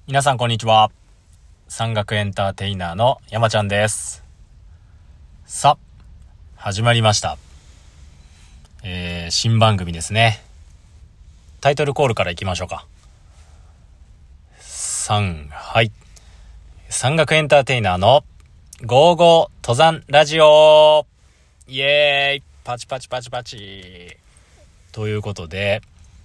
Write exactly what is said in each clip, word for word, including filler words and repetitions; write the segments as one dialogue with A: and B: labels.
A: 皆さんこんにちは。山岳エンターテイナーの山ちゃんです。さあ、始まりました。えー、新番組ですね。タイトルコールからいきましょうか。さん、はい。山岳エンターテイナーのゴーゴー登山ラジオイエーイパチパチパチパチということで、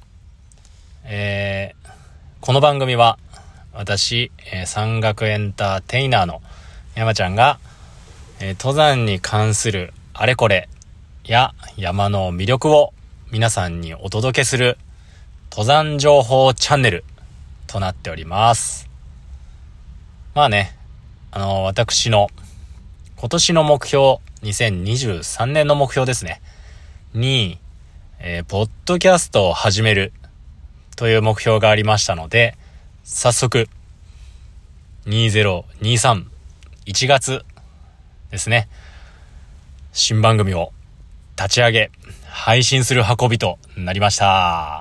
A: えー、この番組は私、えー、山岳エンターテイナーの山ちゃんが、えー、登山に関するあれこれや山の魅力を皆さんにお届けする登山情報チャンネルとなっております。まあね、あのー、私の今年の目標、にせんにじゅうさんねんの目標ですねに、えー、ポッドキャストを始めるという目標がありましたので、早速にせんにじゅうさん いちがつですね、新番組を立ち上げ配信する運びとなりました。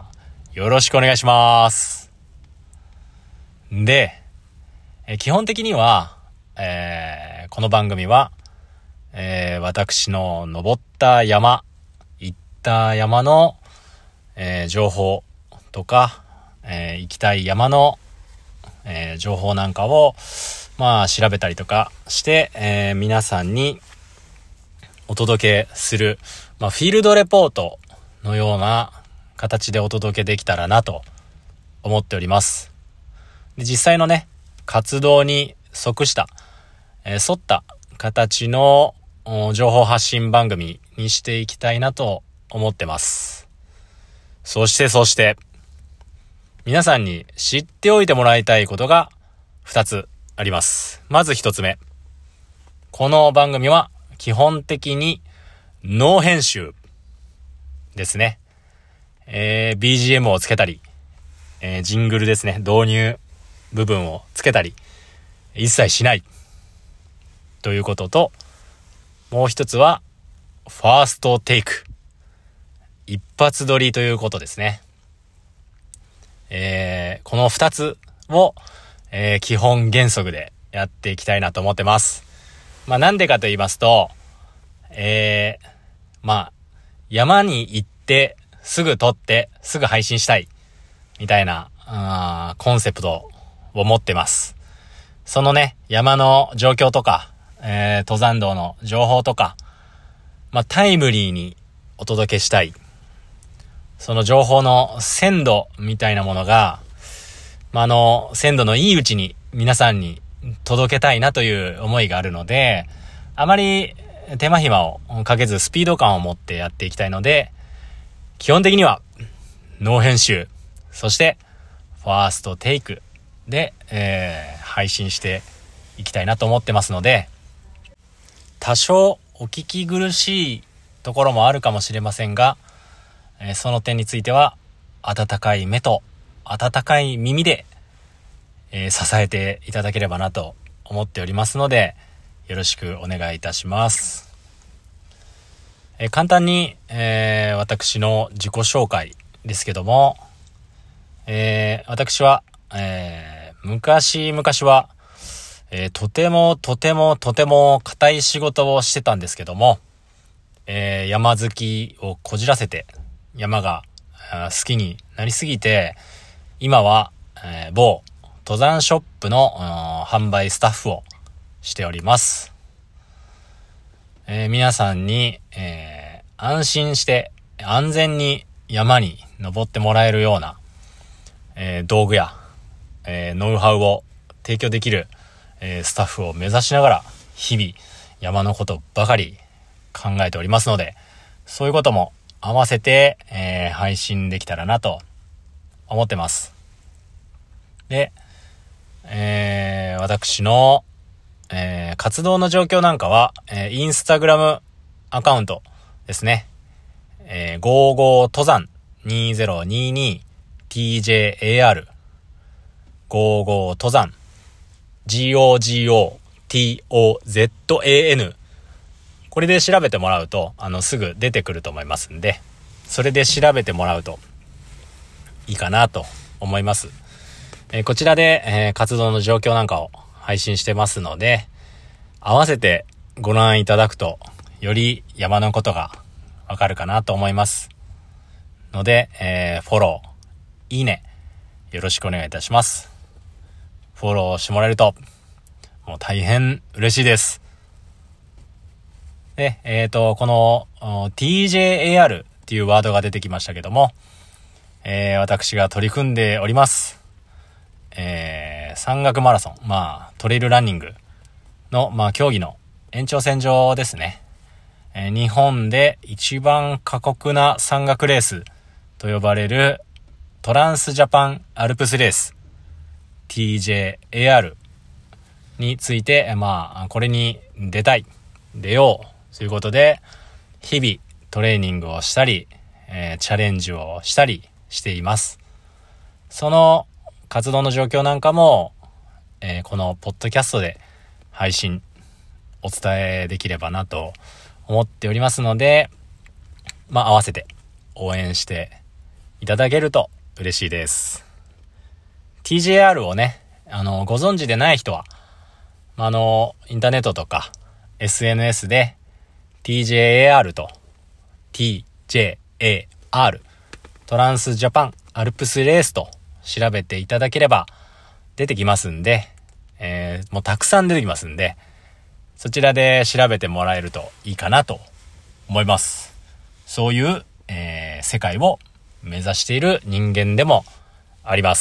A: よろしくお願いします。で、え基本的には、えー、この番組は、えー、私の登った山行った山の、えー、情報とか、えー、行きたい山のえー、情報なんかをまあ調べたりとかして、えー、皆さんにお届けする、まあ、フィールドレポートのような形でお届けできたらなと思っております。で、実際のね活動に即した、えー、沿った形の情報発信番組にしていきたいなと思ってます。そしてそして皆さんに知っておいてもらいたいことがふたつあります。まずひとつめ。この番組は基本的にノー編集ですね。えー、ビージーエム をつけたり、えー、ジングルですね。導入部分をつけたり、一切しないということと、もう一つはファーストテイク。一発撮りということですね。えー、この二つを、えー、基本原則でやっていきたいなと思ってます。まあなんでかと言いますと、えー、まあ山に行ってすぐ撮ってすぐ配信したいみたいなあコンセプトを持ってます。そのね山の状況とか、えー、登山道の情報とか、まあタイムリーにお届けしたい。その情報の鮮度みたいなものが、まあ、あの、鮮度のいいうちに皆さんに届けたいなという思いがあるので、あまり手間暇をかけずスピード感を持ってやっていきたいので、基本的にはノー編集、そしてファーストテイクで、えー、配信していきたいなと思ってますので、多少お聞き苦しいところもあるかもしれませんが、えー、その点については温かい目と温かい耳で、えー、支えていただければなと思っておりますので、よろしくお願いいたします。えー、簡単に、えー、私の自己紹介ですけども、えー、私は、えー、昔々は、えー、とてもとてもとても固い仕事をしてたんですけども、えー、山好きをこじらせて山が好きになりすぎて、今は、えー、某登山ショップの販売スタッフをしております。えー、皆さんに、えー、安心して安全に山に登ってもらえるような、えー、道具や、えー、ノウハウを提供できる、えー、スタッフを目指しながら日々山のことばかり考えておりますので、そういうことも合わせて、えー、配信できたらなと思ってます。で、えー、私の、えー、活動の状況なんかは、えー、インスタグラムアカウントですね。えー、ゴーゴー登山にせんにじゅうに ティージェーエーアール ゴーゴー登山 ジーオージーオーティーオーゼットエーエヌ これで調べてもらうとあのすぐ出てくると思いますんで、それで調べてもらうといいかなと思います。 えー、こちらで、えー、活動の状況なんかを配信してますので、合わせてご覧いただくと、より山のことがわかるかなと思いますので、えー、フォロー、いいね、よろしくお願いいたします。フォローしてもらえると、もう大変嬉しいです。で、えっと、この ティージェーエーアール っていうワードが出てきましたけども、えー、私が取り組んでおります。えー、山岳マラソン、まあ、トレイルランニングの、まあ、競技の延長線上ですね。えー、日本で一番過酷な山岳レースと呼ばれるトランスジャパンアルプスレース ティージェーエーアール について、まあ、これに出たい、出ようということで、日々トレーニングをしたり、えー、チャレンジをしたりしています。その活動の状況なんかも、えー、このポッドキャストで配信お伝えできればなと思っておりますので、まあ合わせて応援していただけると嬉しいです。ティージェーアール をね、あのご存知でない人は、あのインターネットとか エスエヌエス で ティージェーエーアール と ティージェーエーアール トランスジャパンアルプスレースと調べていただければ出てきますんで、えー、もうたくさん出てきますんで、そちらで調べてもらえるといいかなと思います。そういう、えー、世界を目指している人間でもあります。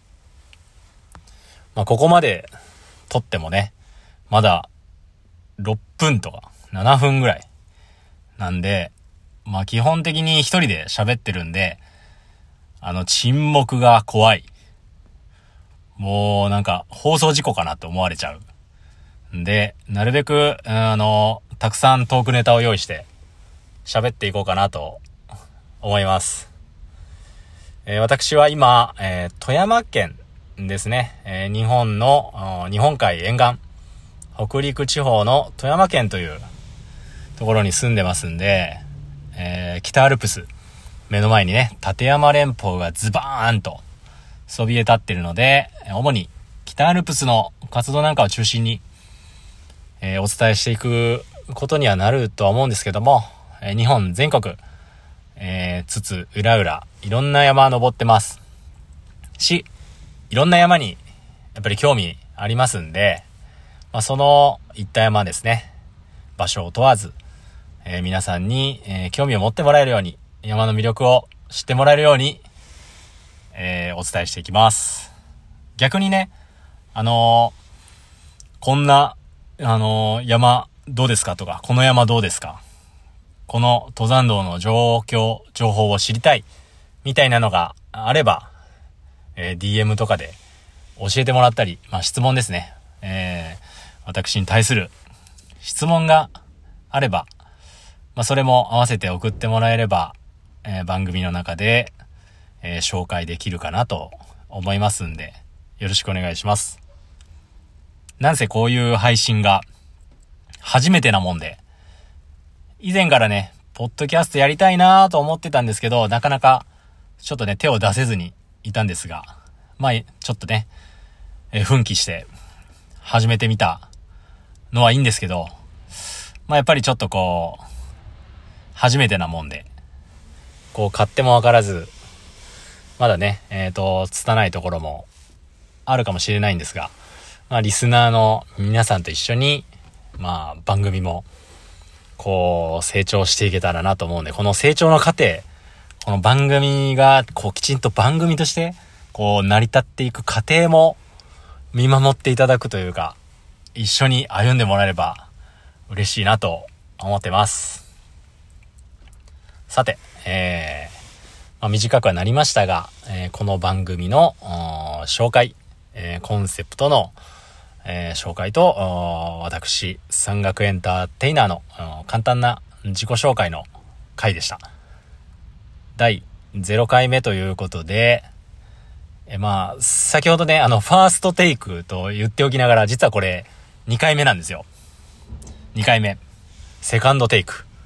A: まあ、ここまで撮ってもね、まだろっぷんとかななふんぐらいなんで、まあ基本的に一人で喋ってるんで、あの沈黙が怖い。もうなんか放送事故かなって思われちゃう。んで、なるべく、あの、たくさんトークネタを用意して喋っていこうかなと思います。えー、私は今、えー、富山県ですね、えー、日本の、日本海沿岸、北陸地方の富山県というところに住んでますんで、えー、北アルプス、目の前にね、立山連峰がズバーンとそびえ立っているので、主に北アルプスの活動なんかを中心に、えー、お伝えしていくことにはなるとは思うんですけども、えー、日本全国、えー、つつ裏裏いろんな山登ってますし、いろんな山にやっぱり興味ありますんで、まあ、そのいった山ですね、場所を問わず、えー、皆さんに、えー、興味を持ってもらえるように、山の魅力を知ってもらえるように、えー、お伝えしていきます。逆にね、あのー、こんな、あのー、山どうですかとか、この山どうですか、この登山道の状況、情報を知りたいみたいなのがあれば、えー、ディーエム とかで教えてもらったり、まあ質問ですね、えー、私に対する質問があれば、まあそれも合わせて送ってもらえれば、えー、番組の中で、えー、紹介できるかなと思いますんで、よろしくお願いします。なんせこういう配信が初めてなもんで、以前からね、ポッドキャストやりたいなと思ってたんですけど、なかなかちょっとね、手を出せずにいたんですが、まあ、ちょっとね、えー、奮起して始めてみたのはいいんですけど、まあやっぱりちょっとこう、初めてなもんで、こう買ってもわからず、まだね、えっと、拙いところもあるかもしれないんですが、まあリスナーの皆さんと一緒に、まあ番組も、こう成長していけたらなと思うんで、この成長の過程、この番組がこうきちんと番組としてこう成り立っていく過程も見守っていただくというか、一緒に歩んでもらえれば嬉しいなと思ってます。さて、えーまあ、短くはなりましたが、えー、この番組の紹介、えー、コンセプトのえー、紹介と、私、山岳エンターテイナーの簡単な自己紹介の回でした。だいゼロかいめということで、えー、まあ、先ほどね、あの、ファーストテイクと言っておきながら、実はこれにかいめなんですよ。にかいめ。セカンドテイク。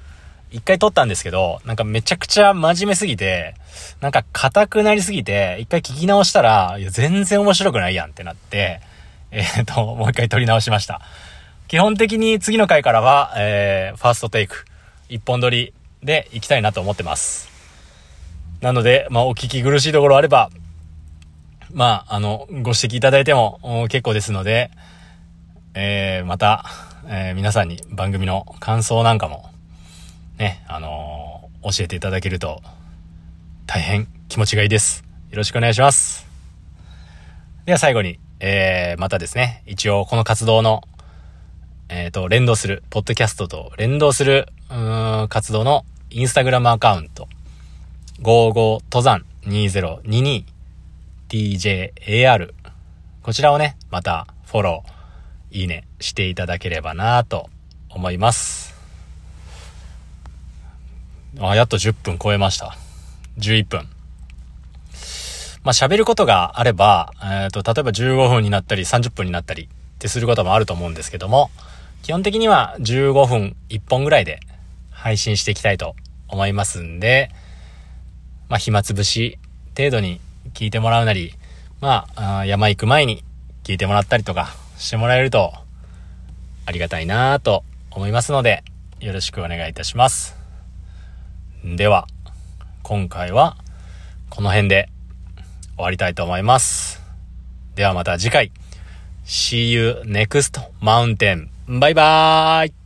A: 一回撮ったんですけど、なんかめちゃくちゃ真面目すぎて、なんか硬くなりすぎて、一回聞き直したら、いや全然面白くないやんってなって、えっと、もう一回撮り直しました。基本的に次の回からは、えー、ファーストテイク、一本撮りで行きたいなと思ってます。なので、まあ、お聞き苦しいところあれば、まあ、あの、ご指摘いただいても結構ですので、えー、また、えー、皆さんに番組の感想なんかも、ね、あのー、教えていただけると、大変気持ちがいいです。よろしくお願いします。では最後に、えー、またですね、一応この活動の、えっと、連動する、ポッドキャストと連動する、うーん、活動のインスタグラムアカウント、ごじゅうご登山にせんにじゅうに ティージェーエーアール、こちらをね、またフォロー、いいねしていただければなと思います。あ、やっとじゅっぷん超えました。じゅういっぷん。まあ、喋ることがあれば、えっと、例えばじゅうごふんになったりさんじゅっぷんになったりってすることもあると思うんですけども、基本的にはじゅうごふんいっぽんぐらいで配信していきたいと思いますんで、まあ、暇つぶし程度に聞いてもらうなり、まあ、あ山行く前に聞いてもらったりとかしてもらえるとありがたいなと思いますので、よろしくお願いいたします。では、今回はこの辺で終わりたいと思います。ではまた次回。See you next mountain. バイバーイ。